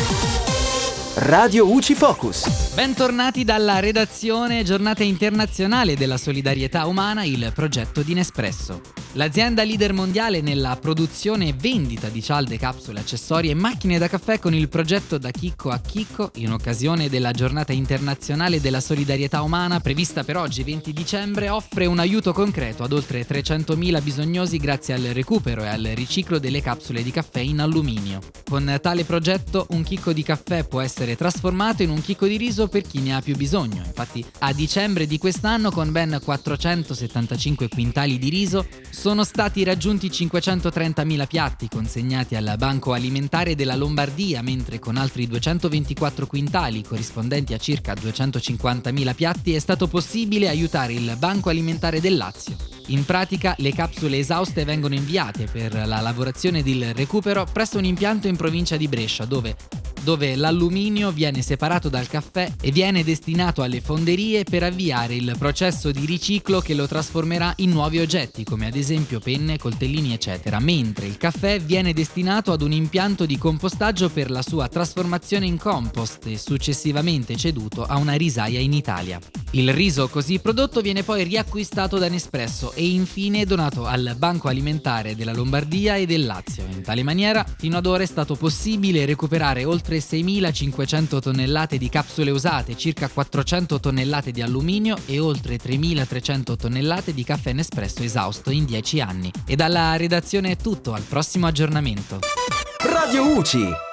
Radio UCI Focus. Bentornati dalla redazione. Giornata internazionale della solidarietà umana, il progetto di Nespresso. L'azienda leader mondiale nella produzione e vendita di cialde, capsule, accessori e macchine da caffè, con il progetto Da Chicco a Chicco, in occasione della Giornata internazionale della solidarietà umana prevista per oggi 20 dicembre, offre un aiuto concreto ad oltre 300.000 bisognosi grazie al recupero e al riciclo delle capsule di caffè in alluminio. Con tale progetto un chicco di caffè può essere trasformato in un chicco di riso per chi ne ha più bisogno. Infatti a dicembre di quest'anno, con ben 475 quintali di riso, sono stati raggiunti 530.000 piatti consegnati al Banco Alimentare della Lombardia, mentre con altri 224 quintali, corrispondenti a circa 250.000 piatti, è stato possibile aiutare il Banco Alimentare del Lazio. In pratica, le capsule esauste vengono inviate per la lavorazione ed il recupero presso un impianto in provincia di Brescia, dove l'alluminio viene separato dal caffè e viene destinato alle fonderie per avviare il processo di riciclo che lo trasformerà in nuovi oggetti, come ad esempio penne, coltellini, eccetera, mentre il caffè viene destinato ad un impianto di compostaggio per la sua trasformazione in compost e successivamente ceduto a una risaia in Italia. Il riso così prodotto viene poi riacquistato da Nespresso e infine donato al Banco Alimentare della Lombardia e del Lazio. In tale maniera, fino ad ora è stato possibile recuperare oltre 6.500 tonnellate di capsule usate, circa 400 tonnellate di alluminio e oltre 3.300 tonnellate di caffè Nespresso esausto in 10 anni. E dalla redazione è tutto, al prossimo aggiornamento. Radio UCI.